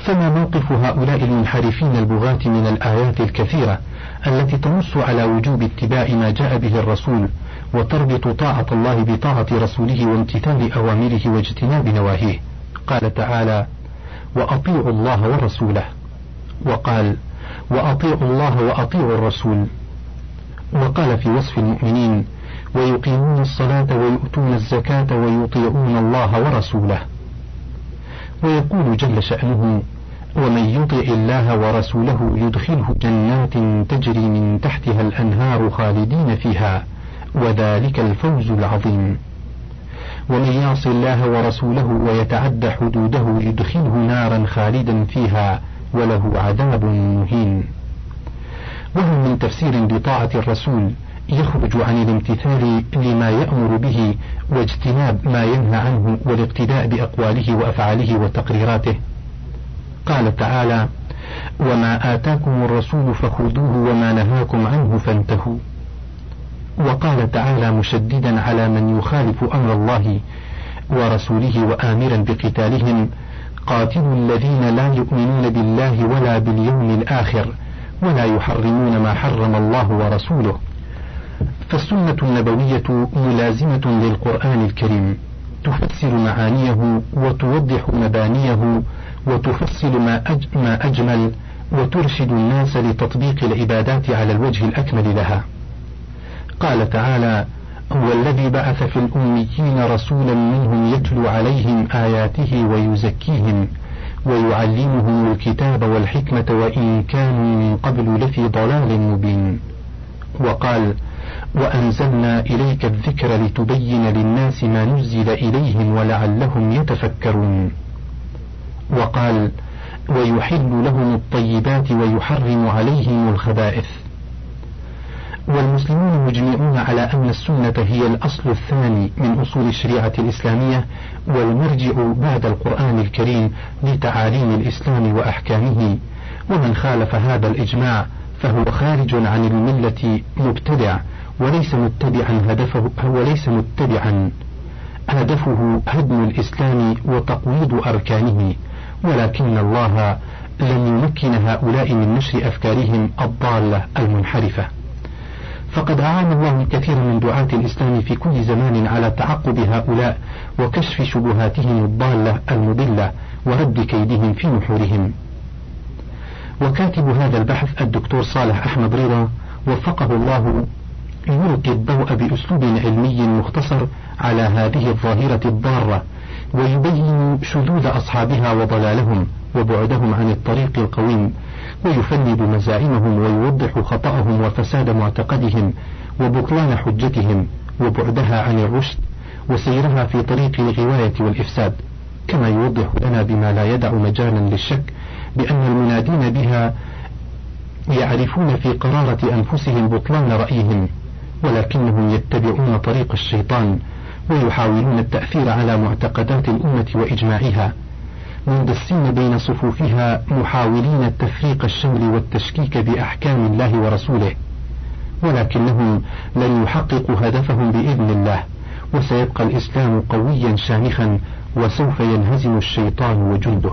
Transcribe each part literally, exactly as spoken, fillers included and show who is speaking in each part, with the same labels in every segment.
Speaker 1: فما موقف هؤلاء المنحرفين البغاة من الآيات الكثيرة التي تنص على وجوب اتباع ما جاء به الرسول، وتربط طاعة الله بطاعة رسوله وامتثال أوامره واجتناب نواهيه؟ قال تعالى: وأطيعوا الله ورسوله، وقال: وأطيعوا الله وأطيعوا الرسول، وقال في وصف المؤمنين: ويقيمون الصلاة ويؤتون الزكاة ويطيعون الله ورسوله. ويقول جل شأنه: ومن يطع الله ورسوله يدخله جنات تجري من تحتها الأنهار خالدين فيها وذلك الفوز العظيم. ومن يعص الله ورسوله ويتعد حدوده يدخله نارا خالدا فيها وله عذاب مهين. وهل من تفسير لطاعة الرسول يخرج عن الامتثال لما يأمر به واجتناب ما ينهى عنه والاقتداء بأقواله وأفعاله وتقريراته؟ قال تعالى: وما آتاكم الرسول فخذوه وما نهاكم عنه فانتهوا. وقال تعالى مشددا على من يخالف أمر الله ورسوله وآمرا بقتالهم: قاتلوا الذين لا يؤمنون بالله ولا باليوم الآخر ولا يحرمون ما حرم الله ورسوله. فالسنة النبوية ملازمة للقرآن الكريم، تفسر معانيه وتوضح مبانيه وتفصل ما, أج ما أجمل وترشد الناس لتطبيق العبادات على الوجه الأكمل لها. قال تعالى: هو الذي بعث في الأميين رسولا منهم يتلو عليهم آياته ويزكيهم ويعلمهم الكتاب والحكمة وإن كانوا من قبل لفي ضلال مبين. وقال: وأنزلنا إليك الذكر لتبين للناس ما نزل إليهم ولعلهم يتفكرون. وقال: ويحل لهم الطيبات ويحرم عليهم الخبائث. والمسلمون مجمعون على أن السنة هي الأصل الثاني من أصول الشريعة الإسلامية والمرجع بعد القرآن الكريم لتعاليم الإسلام وأحكامه، ومن خالف هذا الإجماع فهو خارج عن الملة مبتدع وليس متبعا هدفه وليس متبعا هدفه هدم الإسلام وتقويض أركانه، ولكن الله لم يمكن هؤلاء من نشر أفكارهم الضالة المنحرفة. فقد أعان الله الكثير من دعاة الإسلام في كل زمان على تعقب هؤلاء وكشف شبهاتهم الضالة المضلة ورد كيدهم في نحورهم. وكاتب هذا البحث الدكتور صالح أحمد رضا وفقه الله يلقي الضوء بأسلوب علمي مختصر على هذه الظاهرة الضارة، ويبين شذوذ أصحابها وضلالهم وبعدهم عن الطريق القويم، ويفند مزاعمهم ويوضح خطأهم وفساد معتقدهم وبطلان حجتهم وبعدها عن الرشد وسيرها في طريق الغواية والإفساد، كما يوضح لنا بما لا يدع مجالا للشك بأن المنادين بها يعرفون في قرارة أنفسهم بطلان رأيهم، ولكنهم يتبعون طريق الشيطان ويحاولون التأثير على معتقدات الأمة وإجماعها، مندسين بين صفوفها محاولين التفريق الشمل والتشكيك بأحكام الله ورسوله، ولكنهم لن يحققوا هدفهم بإذن الله، وسيبقى الإسلام قويا شامخا وسوف ينهزم الشيطان وجنده.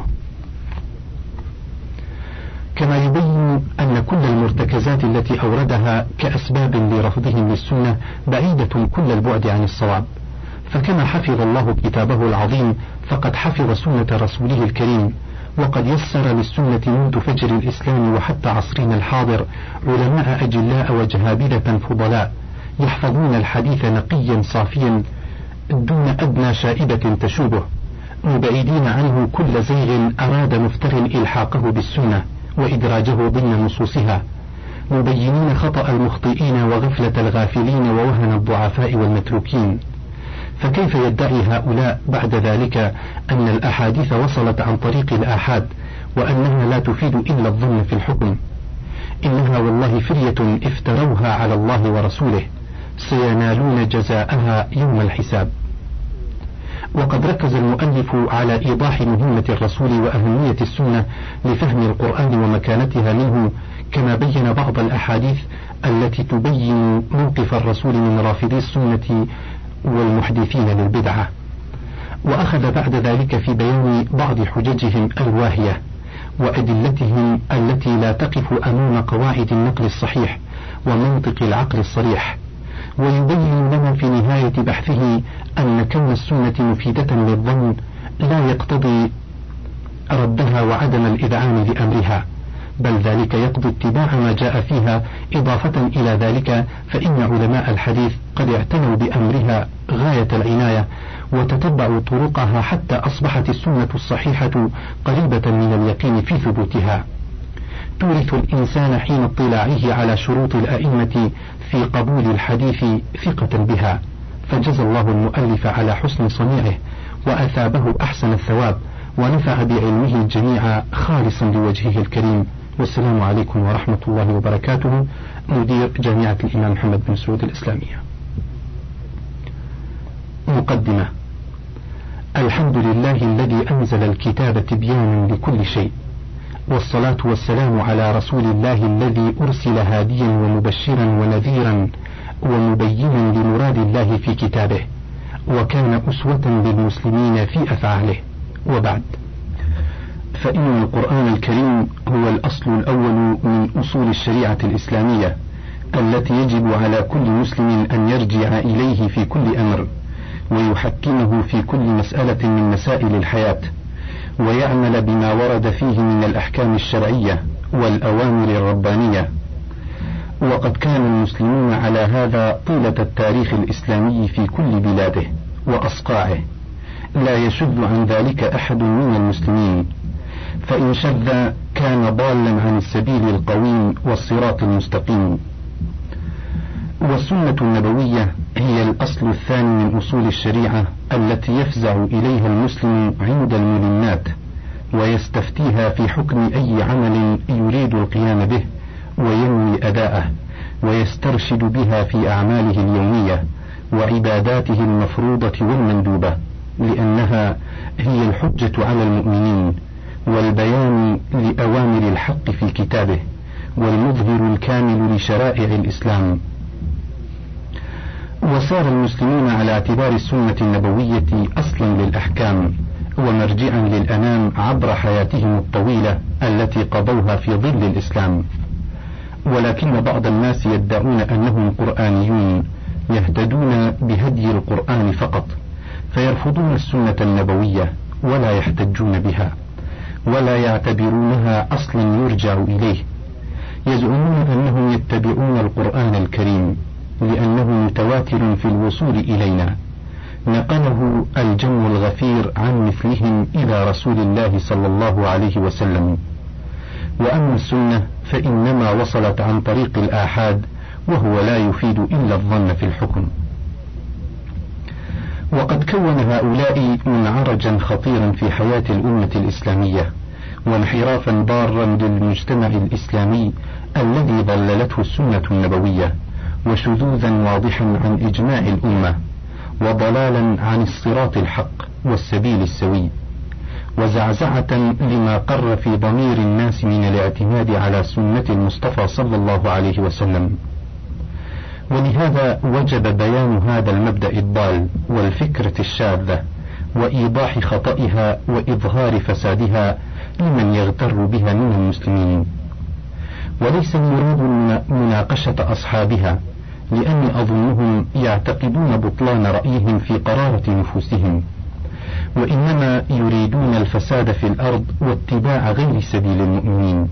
Speaker 1: كما يبين أن كل المرتكزات التي أوردها كأسباب لرفضهم للسنة بعيدة كل البعد عن الصواب، فكما حفظ الله كتابه العظيم فقد حفظ سنة رسوله الكريم، وقد يسر للسنة منذ فجر الإسلام وحتى عصرنا الحاضر علماء أجلاء وجهابذة فضلاء يحفظون الحديث نقيا صافيا دون أدنى شائبة تشوبه، مبعدين عنه كل زيغ أراد مفتر إلحاقه بالسنة وإدراجه ضمن نصوصها، مبينين خطأ المخطئين وغفلة الغافلين ووهن الضعفاء والمتروكين. فكيف يدعي هؤلاء بعد ذلك أن الأحاديث وصلت عن طريق الآحاد وأنها لا تفيد إلا الظن في الحكم؟ إنها والله فرية افتروها على الله ورسوله، سينالون جزاءها يوم الحساب. وقد ركز المؤلف على إيضاح مهمة الرسول وأهمية السنة لفهم القرآن ومكانتها منه، كما بين بعض الأحاديث التي تبين موقف الرسول من رافضي السنة والمحدثين للبدعة، وأخذ بعد ذلك في بيان بعض حججهم الواهية، وأدلتهم التي لا تقف أمام قواعد النقل الصحيح ومنطق العقل الصريح، ويبين لنا في نهاية بحثه أن كون السنة مفيدة للظن لا يقتضي ردها وعدم الإذعان لأمرها، بل ذلك يقضي اتباع ما جاء فيها. إضافة إلى ذلك فإن علماء الحديث قد اعتنوا بأمرها غاية العناية وتتبعوا طرقها حتى أصبحت السنة الصحيحة قريبة من اليقين في ثبوتها، تورث الإنسان حين اطلاعه على شروط الأئمة في قبول الحديث ثقة بها. فجزى الله المؤلف على حسن صنيعه وأثابه أحسن الثواب، ونفع بعلمه الجميع خالصا لوجهه الكريم. والسلام عليكم ورحمة الله وبركاته. مدير جامعة الإمام محمد بن سعود الإسلامية. مقدمة. الحمد لله الذي أنزل الكتاب تبيانا لكل شيء، والصلاة والسلام على رسول الله الذي أرسل هاديا ومبشرا ونذيرا ومبينا لمراد الله في كتابه، وكان أسوة للمسلمين في أفعاله. وبعد، فإن القرآن الكريم هو الأصل الأول من أصول الشريعة الإسلامية التي يجب على كل مسلم أن يرجع إليه في كل أمر، ويحكمه في كل مسألة من مسائل الحياة، ويعمل بما ورد فيه من الأحكام الشرعية والأوامر الربانية. وقد كان المسلمون على هذا طيلة التاريخ الإسلامي في كل بلاده وأصقاعه، لا يشذ عن ذلك أحد من المسلمين، فإن شذ كان ضالا عن السبيل القويم والصراط المستقيم. والسنة النبوية هي الأصل الثاني من أصول الشريعة التي يفزع إليها المسلم عند الملمات، ويستفتيها في حكم أي عمل يريد القيام به وينوي أداءه، ويسترشد بها في أعماله اليومية وعباداته المفروضة والمندوبة، لأنها هي الحجة على المؤمنين والبيان لأوامر الحق في كتابه والمظهر الكامل لشرائع الإسلام. وصار المسلمون على اعتبار السنة النبوية أصلا للأحكام ومرجعا للأنام عبر حياتهم الطويلة التي قضوها في ظل الإسلام. ولكن بعض الناس يدعون أنهم قرآنيون يهتدون بهدي القرآن فقط، فيرفضون السنة النبوية ولا يحتجون بها ولا يعتبرونها أصلا يرجع إليه. يزعمون أنهم يتبعون القرآن الكريم لأنه متواتر في الوصول إلينا، نقله الجم الغفير عن مثلهم إلى رسول الله صلى الله عليه وسلم. وأما السنة فإنما وصلت عن طريق الآحاد، وهو لا يفيد إلا الظن في الحكم. وقد كون هؤلاء منعرجا خطيرا في حياة الأمة الإسلامية، وانحرافا ضارا للمجتمع الإسلامي الذي ضللته السنة النبوية، وشذوذا واضحا عن إجماع الأمة، وضلالا عن الصراط الحق والسبيل السوي، وزعزعة لما قر في ضمير الناس من الاعتماد على سنة المصطفى صلى الله عليه وسلم. ولهذا وجب بيان هذا المبدأ الضال والفكرة الشاذة، وإيضاح خطئها وإظهار فسادها لمن يغتر بها من المسلمين. وليس المراد مناقشة أصحابها، لأني أظنهم يعتقدون بطلان رأيهم في قرارة نفوسهم، وإنما يريدون الفساد في الأرض واتباع غير سبيل المؤمنين.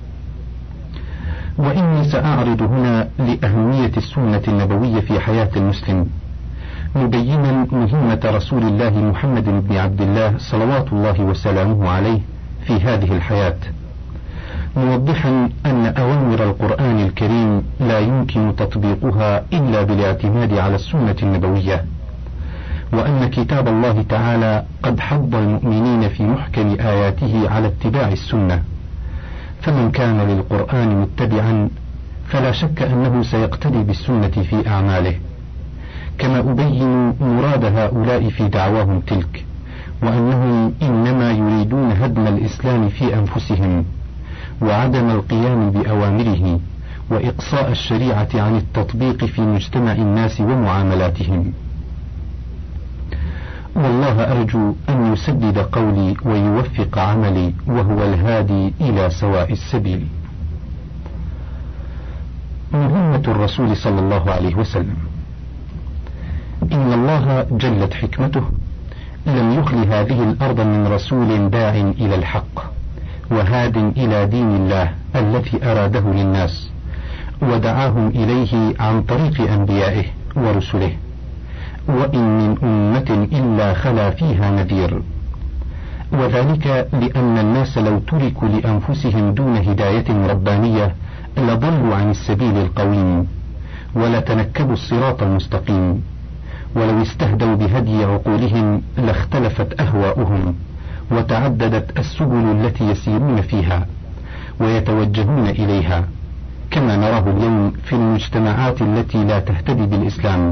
Speaker 1: وإني سأعرض هنا لأهمية السنة النبوية في حياة المسلم، مبينا مهمة رسول الله محمد بن عبد الله صلوات الله وسلامه عليه في هذه الحياة، موضحا أن أوامر القرآن الكريم لا يمكن تطبيقها إلا بالاعتماد على السنة النبوية، وأن كتاب الله تعالى قد حض المؤمنين في محكم آياته على اتباع السنة، فمن كان للقرآن متبعا فلا شك أنه سيقتدي بالسنة في أعماله، كما أبين مراد هؤلاء في دعواهم تلك، وأنهم إنما يريدون هدم الإسلام في أنفسهم وعدم القيام بأوامره وإقصاء الشريعة عن التطبيق في مجتمع الناس ومعاملاتهم. والله أرجو أن يسدد قولي ويوفق عملي، وهو الهادي إلى سواء السبيل. مهمة الرسول صلى الله عليه وسلم. إن الله جلت حكمته لم يخل هذه الأرض من رسول داع إلى الحق وهاد إلى دين الله الذي أراده للناس ودعاهم إليه عن طريق أنبيائه ورسله، وإن من أمة إلا خلا فيها نذير، وذلك لأن الناس لو تركوا لأنفسهم دون هداية ربانية لضلوا عن السبيل القويم ولتنكبوا الصراط المستقيم، ولو استهدوا بهدي عقولهم لاختلفت أهواؤهم وتعددت السبل التي يسيرون فيها ويتوجهون إليها، كما نراه اليوم في المجتمعات التي لا تهتدي بالإسلام.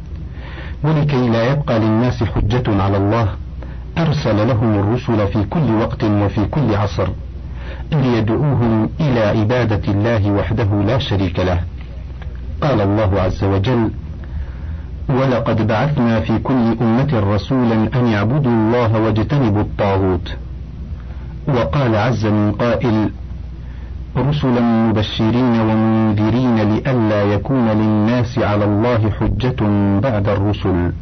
Speaker 1: ولكي لا يبقى للناس حجة على الله أرسل لهم الرسل في كل وقت وفي كل عصر ليدعوهم إلى عبادة الله وحده لا شريك له. قال الله عز وجل: ولقد بعثنا في كل أمة رسولا أن يعبدوا الله واجتنبوا الطاغوت. وقال عز من قائل: رسلا مبشرين ومنذرين لئلا يكون للناس على الله حجة بعد الرسل.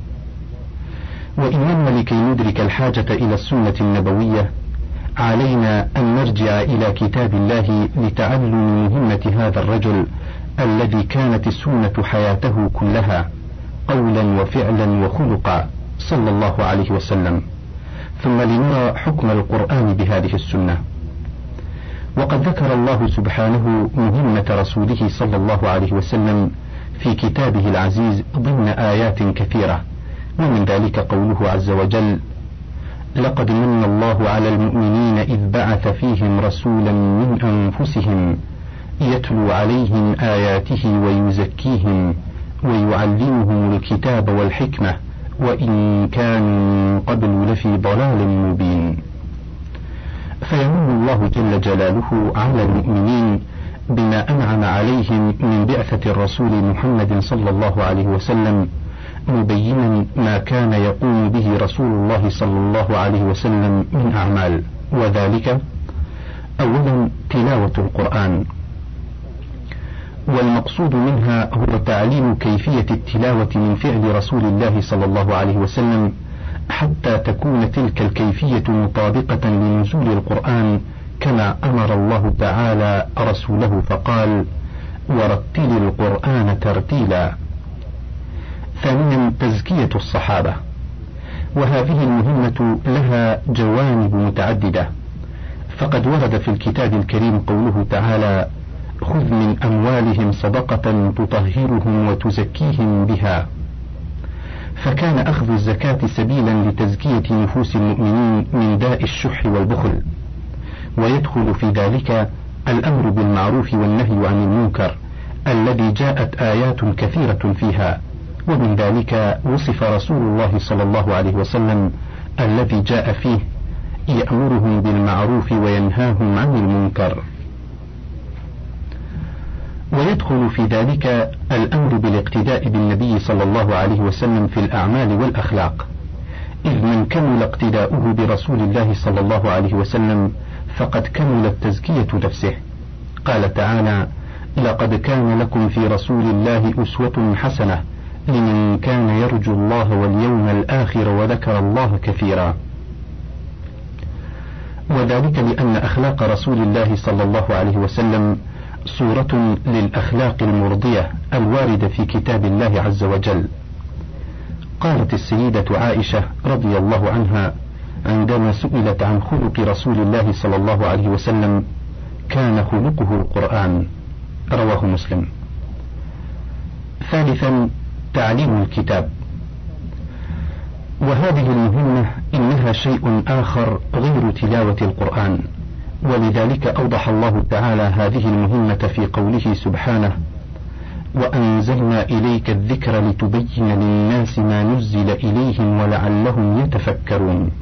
Speaker 1: وإنما لكي ندرك الحاجة إلى السنة النبوية علينا أن نرجع إلى كتاب الله لتعلم مهمة هذا الرجل الذي كانت السنة حياته كلها قولا وفعلا وخلقا صلى الله عليه وسلم، ثم لنرى حكم القرآن بهذه السنة. وقد ذكر الله سبحانه مهمة رسوله صلى الله عليه وسلم في كتابه العزيز ضمن آيات كثيرة، ومن ذلك قوله عز وجل: لقد من الله على المؤمنين إذ بعث فيهم رسولا من أنفسهم يتلو عليهم آياته ويزكيهم ويعلمهم الكتاب والحكمة وإن كانوا من قبل لفي ضلال مبين. فيمن الله جل جلاله على المؤمنين بما أنعم عليهم من بعثة الرسول محمد صلى الله عليه وسلم، مبينا ما كان يقوم به رسول الله صلى الله عليه وسلم من أعمال، وذلك: أولا تلاوة القرآن، والمقصود منها هو تعليم كيفية التلاوة من فعل رسول الله صلى الله عليه وسلم حتى تكون تلك الكيفية مطابقة لنزول القرآن كما أمر الله تعالى رسوله فقال: ورتل القرآن ترتيلا. ثانيا تزكية الصحابة، وهذه المهمة لها جوانب متعددة، فقد ورد في الكتاب الكريم قوله تعالى: خذ من أموالهم صدقة تطهرهم وتزكيهم بها، فكان أخذ الزكاة سبيلا لتزكية نفوس المؤمنين من داء الشح والبخل، ويدخل في ذلك الأمر بالمعروف والنهي عن المنكر الذي جاءت آيات كثيرة فيها، ومن ذلك وصف رسول الله صلى الله عليه وسلم الذي جاء فيه يأمرهم بالمعروف وينهاهم عن المنكر. ويدخل في ذلك الأمر بالاقتداء بالنبي صلى الله عليه وسلم في الأعمال والأخلاق، إذ من كمل اقتداؤه برسول الله صلى الله عليه وسلم فقد كملت تزكية نفسه. قال تعالى: لقد كان لكم في رسول الله أسوة حسنة لمن كان يرجو الله واليوم الآخر وذكر الله كثيرا. وذلك لأن أخلاق رسول الله صلى الله عليه وسلم صورة للأخلاق المرضية الواردة في كتاب الله عز وجل. قالت السيدة عائشة رضي الله عنها عندما سئلت عن خلق رسول الله صلى الله عليه وسلم: كان خلقه القرآن. رواه مسلم. ثالثا تعليم الكتاب، وهذه المهمة إنها شيء آخر غير تلاوة القرآن، ولذلك أوضح الله تعالى هذه المهمة في قوله سبحانه: وأنزلنا إليك الذكر لتبين للناس ما نزل إليهم ولعلهم يتفكرون.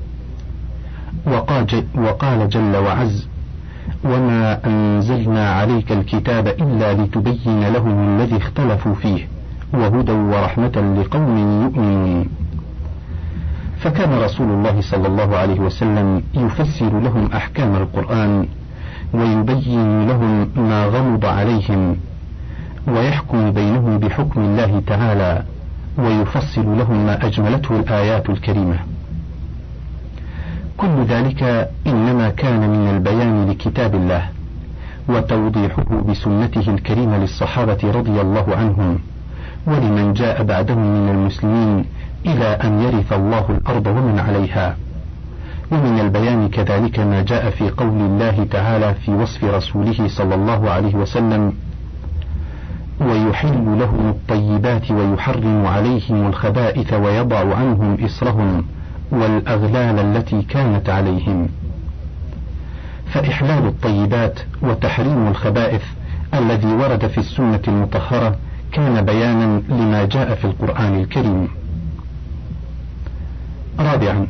Speaker 1: وقال جل وعز: وما أنزلنا عليك الكتاب إلا لتبين لهم الذي اختلفوا فيه وهدى ورحمة لقوم يؤمنون. فكان رسول الله صلى الله عليه وسلم يفسر لهم أحكام القرآن ويبين لهم ما غمض عليهم ويحكم بينهم بحكم الله تعالى ويفصل لهم ما أجملته الآيات الكريمة. كل ذلك إنما كان من البيان لكتاب الله وتوضيحه بسنته الكريمة للصحابة رضي الله عنهم ولمن جاء بعدهم من المسلمين إلى أن يرث الله الأرض ومن عليها. ومن البيان كذلك ما جاء في قول الله تعالى في وصف رسوله صلى الله عليه وسلم: ويحل لهم الطيبات ويحرم عليهم الخبائث ويضع عنهم إصرهم والأغلال التي كانت عليهم. فإحلال الطيبات وتحريم الخبائث الذي ورد في السنة المطهرة كان بيانا لما جاء في القرآن الكريم. رابعا،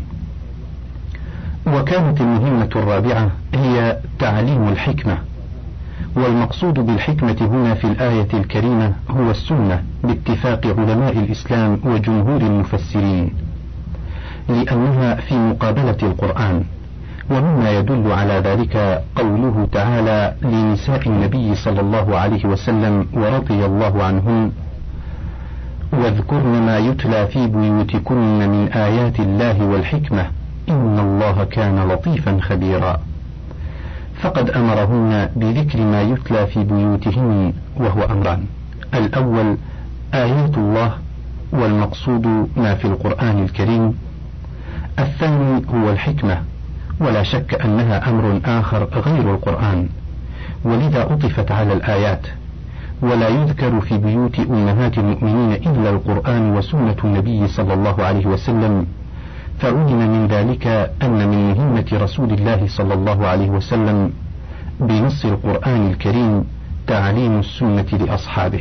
Speaker 1: وكانت المهمة الرابعة هي تعليم الحكمة، والمقصود بالحكمة هنا في الآية الكريمة هو السنة باتفاق علماء الإسلام وجمهور المفسرين، لأنها في مقابلة القرآن. ومما يدل على ذلك قوله تعالى لنساء النبي صلى الله عليه وسلم ورضي الله عنهن: واذكرن ما يتلى في بيوتكن من آيات الله والحكمة إن الله كان لطيفا خبيرا. فقد أمرهن بذكر ما يتلى في بيوتهن، وهو أمران: الأول آيات الله والمقصود ما في القرآن الكريم، الثاني هو الحكمة، ولا شك أنها أمر آخر غير القرآن، ولذا أطفت على الآيات. ولا يذكر في بيوت أمهات المؤمنين إلا القرآن وسنة النبي صلى الله عليه وسلم، فعلم من ذلك أن من مهمة رسول الله صلى الله عليه وسلم بنص القرآن الكريم تعليم السنة لأصحابه.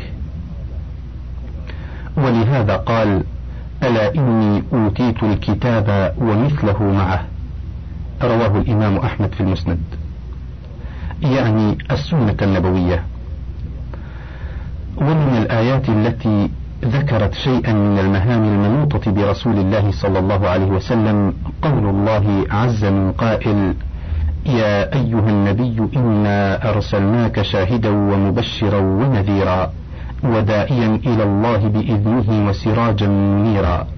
Speaker 1: ولهذا قال: ألا إني أوتيت الكتاب ومثله معه، رواه الإمام أحمد في المسند، يعني السنة النبوية. ومن الآيات التي ذكرت شيئا من المهام المنوطة برسول الله صلى الله عليه وسلم قول الله عز من قائل: يا أيها النبي إنا أرسلناك شاهدا ومبشرا ونذيرا وداعيا إلى الله بإذنه وسراجا منيرا.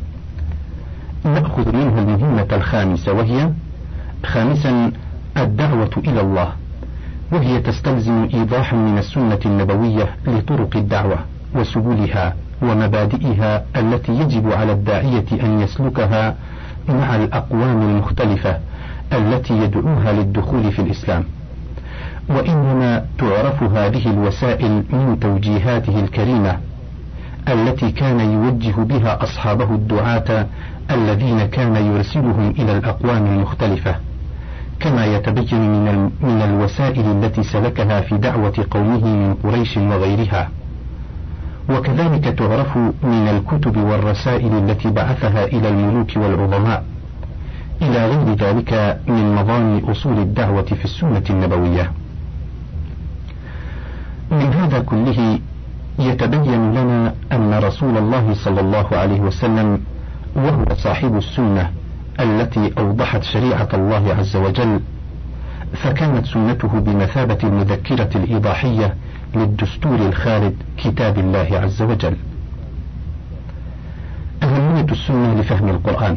Speaker 1: نأخذ منها المهمة الخامسة، وهي خامسا الدعوة إلى الله، وهي تستلزم إيضاحا من السنة النبوية لطرق الدعوة وسبلها ومبادئها التي يجب على الداعية أن يسلكها مع الأقوام المختلفة التي يدعوها للدخول في الإسلام. وإنما تعرف هذه الوسائل من توجيهاته الكريمة التي كان يوجه بها أصحابه الدعاة الذين كان يرسلهم إلى الأقوام المختلفة، كما يتبين من, من الوسائل التي سلكها في دعوة قومه من قريش وغيرها. وكذلك تعرف من الكتب والرسائل التي بعثها إلى الملوك والعظماء، إلى غير ذلك من مضامن أصول الدعوة في السنة النبوية. من هذا كله يتبين لنا أن رسول الله صلى الله عليه وسلم وهو صاحب السنة التي أوضحت شريعة الله عز وجل، فكانت سنته بمثابة المذكرة الإيضاحية للدستور الخالد كتاب الله عز وجل. أهمية السنة لفهم القرآن.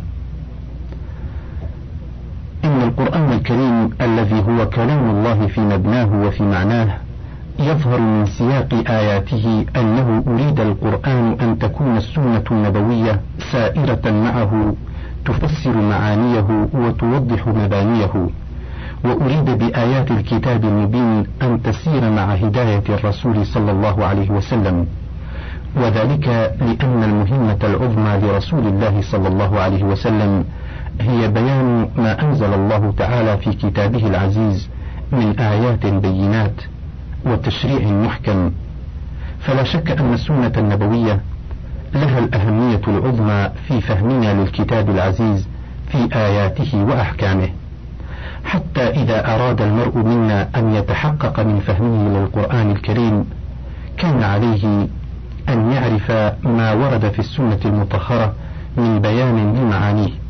Speaker 1: إن القرآن الكريم الذي هو كلام الله في مبناه وفي معناه يظهر من سياق آياته أنه أريد القرآن أن تكون السنة النبوية سائرة معه تفسر معانيه وتوضح مبانيه، وأريد بآيات الكتاب المبين أن تسير مع هداية الرسول صلى الله عليه وسلم، وذلك لأن المهمة العظمى لرسول الله صلى الله عليه وسلم هي بيان ما أنزل الله تعالى في كتابه العزيز من آيات بينات وتشريع محكم. فلا شك أن السنة النبوية لها الأهمية العظمى في فهمنا للكتاب العزيز في آياته وأحكامه، حتى إذا أراد المرء منا أن يتحقق من فهمه للقرآن الكريم كان عليه أن يعرف ما ورد في السنة المطهرة من بيان لمعانيه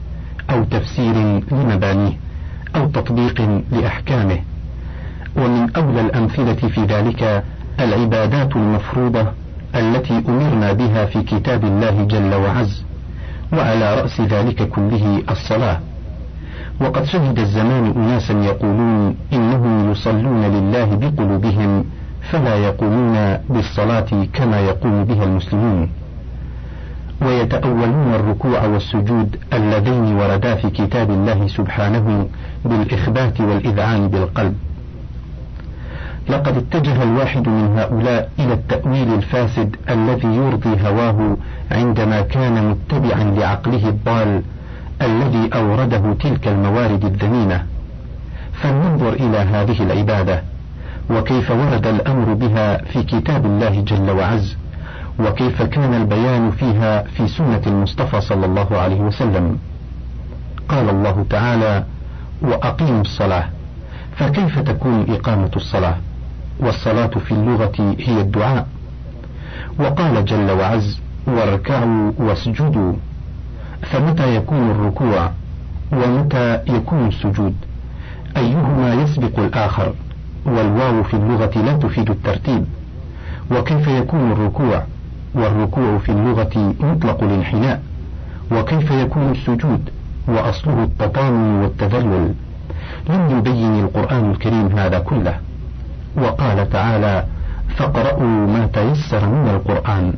Speaker 1: أو تفسير لمبانيه أو تطبيق لأحكامه. ومن أولى الأمثلة في ذلك العبادات المفروضة التي أمرنا بها في كتاب الله جل وعز، وعلى رأس ذلك كله الصلاة. وقد شهد الزمان أناسا يقولون إنهم يصلون لله بقلوبهم فلا يقومون بالصلاة كما يقوم بها المسلمون، ويتأولون الركوع والسجود اللذين وردا في كتاب الله سبحانه بالإخبات والإذعان بالقلب. لقد اتجه الواحد من هؤلاء إلى التأويل الفاسد الذي يرضي هواه عندما كان متبعا لعقله الضال الذي أورده تلك الموارد الذميمة. فلننظر إلى هذه العبادة وكيف ورد الأمر بها في كتاب الله جل وعز، وكيف كان البيان فيها في سنة المصطفى صلى الله عليه وسلم. قال الله تعالى: وأقيموا الصلاة. فكيف تكون إقامة الصلاة؟ والصلاة في اللغة هي الدعاء. وقال جل وعز: واركعوا واسجدوا. فمتى يكون الركوع ومتى يكون السجود؟ أيهما يسبق الآخر؟ والواو في اللغة لا تفيد الترتيب. وكيف يكون الركوع؟ والركوع في اللغة مطلق الانحناء. وكيف يكون السجود؟ وأصله التطامن والتذلل. لم يبين القرآن الكريم هذا كله. وقال تعالى: فاقرؤوا ما تيسر من القرآن.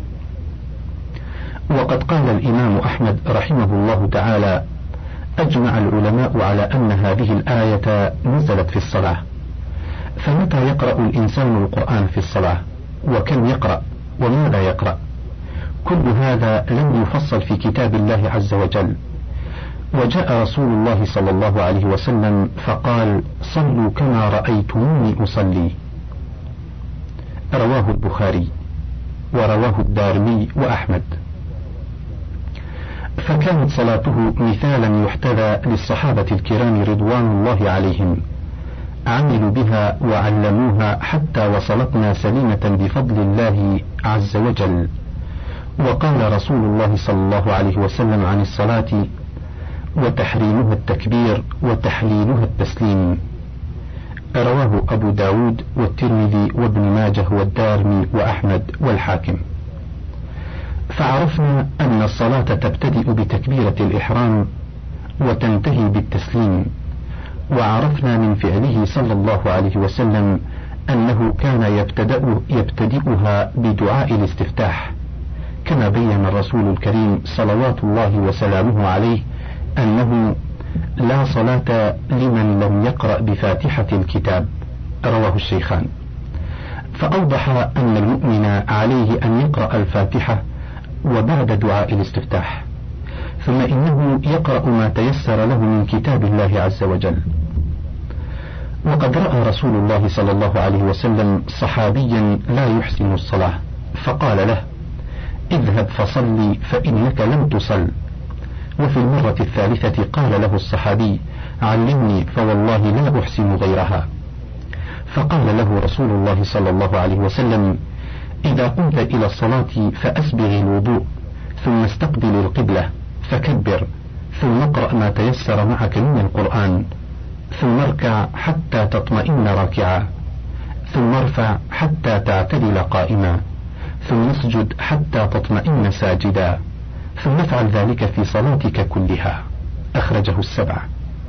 Speaker 1: وقد قال الإمام أحمد رحمه الله تعالى: أجمع العلماء على أن هذه الآية نزلت في الصلاة. فمتى يقرأ الإنسان القرآن في الصلاة؟ وكم يقرأ؟ وماذا يقرأ؟ كل هذا لم يفصل في كتاب الله عز وجل. وجاء رسول الله صلى الله عليه وسلم فقال: صلوا كما رأيتموني أصلي. رواه البخاري ورواه الدارمي وأحمد. فكانت صلاته مثالا يحتذى للصحابة الكرام رضوان الله عليهم، عملوا بها وعلموها حتى وصلتنا سليمة بفضل الله عز وجل. وقال رسول الله صلى الله عليه وسلم عن الصلاة: وتحريمها التكبير وتحليلها التسليم. رواه أبو داود والترمذي وابن ماجه والدارمي وأحمد والحاكم. فعرفنا أن الصلاة تبتدئ بتكبيرة الإحرام وتنتهي بالتسليم. وعرفنا من فعله صلى الله عليه وسلم أنه كان يبتدأ يبتدئها بدعاء الاستفتاح، كما بين الرسول الكريم صلوات الله وسلامه عليه أنه لا صلاة لمن لم يقرأ بفاتحة الكتاب. رواه الشيخان. فأوضح أن المؤمن عليه أن يقرأ الفاتحة وبعد دعاء الاستفتاح، ثم إنه يقرأ ما تيسر له من كتاب الله عز وجل. وقد رأى رسول الله صلى الله عليه وسلم صحابيا لا يحسن الصلاة فقال له: اذهب فصلي فإنك لم تصل. وفي المرة الثالثة قال له الصحابي: علمني فوالله لا أحسن غيرها. فقال له رسول الله صلى الله عليه وسلم: إذا قمت إلى الصلاة فأسبغ الوضوء، ثم استقبل القبلة فكبر، ثم اقرأ ما تيسر معك من القرآن، ثم اركع حتى تطمئن راكعا، ثم ارفع حتى تعتدل قائما، ثم اسجد حتى تطمئن ساجدا، ثم افعل ذلك في صلاتك كلها. أخرجه السبعة.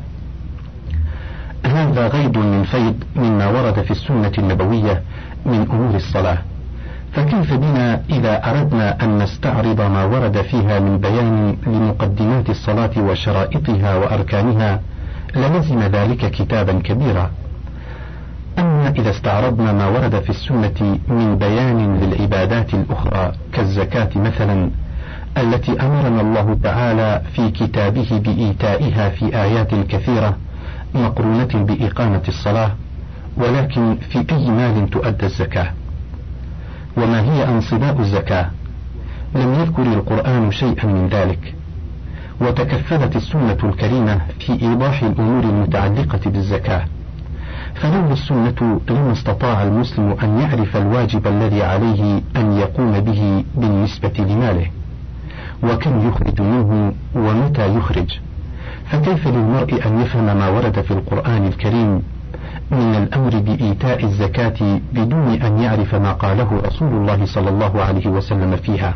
Speaker 1: هذا غيض من فيض مما ورد في السنة النبوية من أمور الصلاة. فكيف بنا إذا أردنا أن نستعرض ما ورد فيها من بيان لمقدمات الصلاة وشرائطها وأركانها، للزم ذلك كتابا كبيرا. أما إذا استعرضنا ما ورد في السنة من بيان للعبادات الأخرى كالزكاة مثلا، التي أمرنا الله تعالى في كتابه بإيتائها في آيات كثيرة مقرونة بإقامة الصلاة، ولكن في أي مال تؤدى الزكاة؟ وما هي أنصباء الزكاة؟ لم يذكر القرآن شيئا من ذلك. وتكفلت السنة الكريمة في إيضاح الأمور المتعلقة بالزكاة، فلولا السنة لما استطاع المسلم أن يعرف الواجب الذي عليه أن يقوم به بالنسبة لماله، وكم يخرج منه ومتى يخرج، فكيف للمرء أن يفهم ما ورد في القرآن الكريم من الأمر بإيتاء الزكاة بدون أن يعرف ما قاله رسول الله صلى الله عليه وسلم فيها؟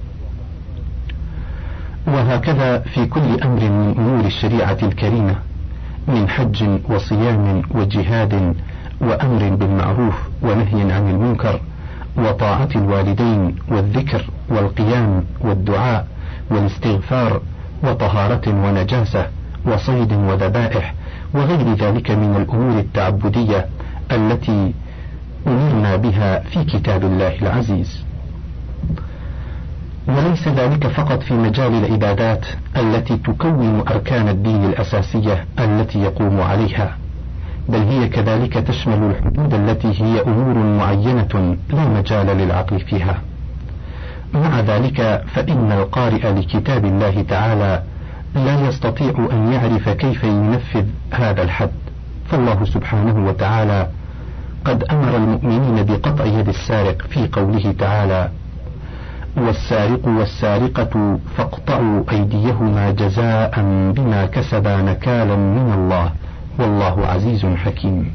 Speaker 1: وهكذا في كل أمر من أمور الشريعة الكريمة من حج وصيام وجهاد وأمر بالمعروف ونهي عن المنكر وطاعة الوالدين والذكر والقيام والدعاء والاستغفار وطهارة ونجاسة وصيد وذبائح وغير ذلك من الأمور التعبدية التي أمرنا بها في كتاب الله العزيز. وليس ذلك فقط في مجال العبادات التي تكون أركان الدين الأساسية التي يقوم عليها، بل هي كذلك تشمل الحدود التي هي أمور معينة لا مجال للعقل فيها. مع ذلك فإن القارئ لكتاب الله تعالى لا يستطيع أن يعرف كيف ينفذ هذا الحد، فالله سبحانه وتعالى قد أمر المؤمنين بقطع يد السارق في قوله تعالى: والسارق والسارقة فاقطعوا أيديهما جزاء بما كسبا نكالا من الله والله عزيز حكيم.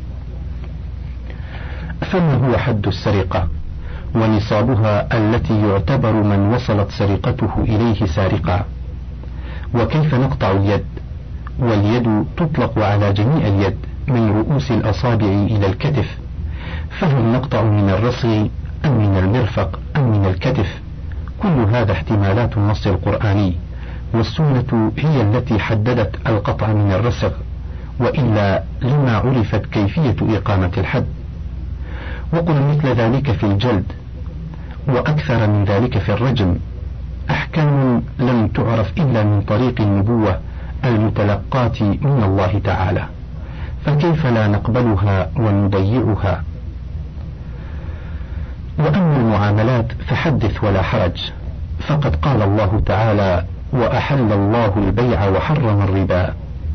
Speaker 1: فما هو حد السرقة ونصابها التي يعتبر من وصلت سرقته إليه سارقا؟ وكيف نقطع اليد؟ واليد تطلق على جميع اليد من رؤوس الأصابع إلى الكتف، فهل نقطع من الرسغ أم من المرفق أم من الكتف؟ كل هذا احتمالات النص القرآني، والسنة هي التي حددت القطع من الرسغ، وإلا لما عرفت كيفية إقامة الحد. وقل مثل ذلك في الجلد، وأكثر من ذلك في الرجم، أحكام لم تعرف إلا من طريق النبوة المتلقاة من الله تعالى، فكيف لا نقبلها ونضيعها؟ وأما المعاملات فحدث ولا حرج، فقد قال الله تعالى: وأحل الله البيع وحرم الربا.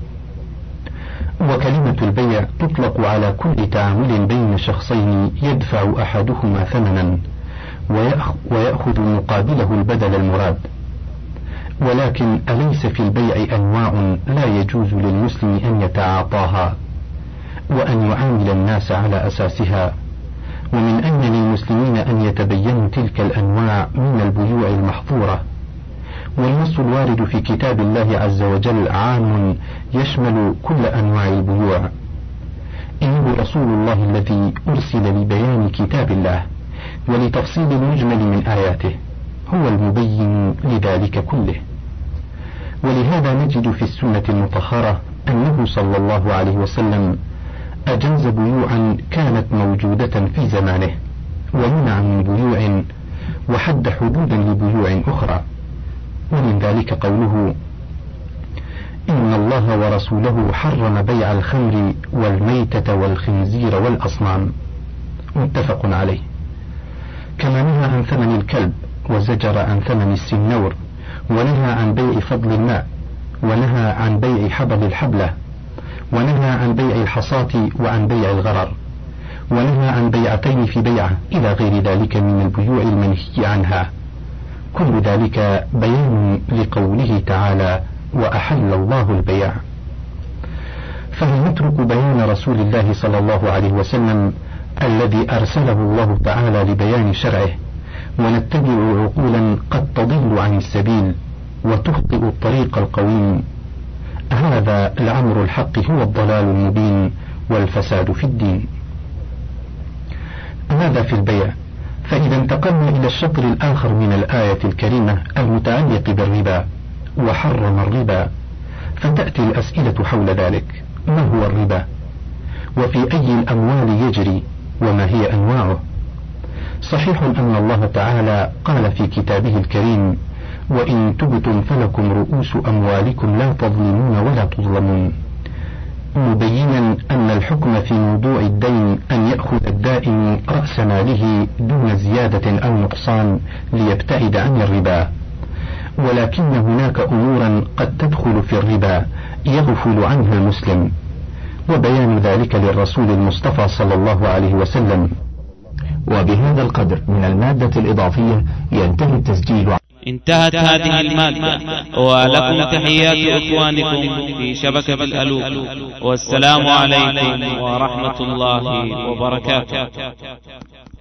Speaker 1: وكلمة البيع تطلق على كل تعامل بين شخصين يدفع أحدهما ثمنا ويأخذ مقابله البدل المراد. ولكن أليس في البيع أنواع لا يجوز للمسلم أن يتعاطاها وأن يعامل الناس على أساسها؟ ومن أين للمسلمين أن يتبينوا تلك الأنواع من البيوع المحظورة؟ والنص الوارد في كتاب الله عز وجل عام يشمل كل أنواع البيوع، إنه رسول الله الذي أرسل لبيان كتاب الله ولتفصيل المجمل من آياته، هو المبين لذلك كله. ولهذا نجد في السنة المطهرة أنه صلى الله عليه وسلم أجاز بيوعا كانت موجودة في زمانه، ومنع من بيوع، وحد حدودا لبيوع أخرى. ومن ذلك قوله: إن الله ورسوله حرم بيع الخمر والميتة والخنزير والأصنام، متفق عليه. كما نهى عن ثمن الكلب، وزجر عن ثمن السنور، ونهى عن بيع فضل الماء، ونهى عن بيع حبل الحبلة، ونهى عن بيع الحصاة وعن بيع الغرر، ونهى عن بيعتين في بيعة، إلى غير ذلك من البيوع المنهي عنها. كل ذلك بيان لقوله تعالى: وأحل الله البيع. فهل نترك بيان رسول الله صلى الله عليه وسلم الذي أرسله الله تعالى لبيان شرعه، ونتبع عقولا قد تضل عن السبيل وتخطئ الطريق القويم؟ هذا لعمر الحق هو الضلال المبين والفساد في الدين. ماذا في البيع؟ فإذا انتقلنا إلى الشطر الآخر من الآية الكريمة المتعلق بالربا: وحرم الربا، فتأتي الأسئلة حول ذلك: ما هو الربا؟ وفي أي الأموال يجري؟ وما هي أنواعه؟ صحيح أن الله تعالى قال في كتابه الكريم: وإن تبتم فلكم رؤوس أموالكم لا تظلمون ولا تظلمون، مبينا أن الحكم في موضوع الدين أن يأخذ الدائن رأس ماله دون زيادة أو نقصان ليبتعد عن الربا. ولكن هناك أمورا قد تدخل في الربا يغفل عنها المسلم، وبيان ذلك للرسول المصطفى صلى الله عليه وسلم.
Speaker 2: وبهذا القدر من المادة الإضافية ينتهي التسجيل. انتهت هذه المادة، ولكم تحيات إخوانكم في شبكة الألوف، والسلام عليكم ورحمة الله وبركاته.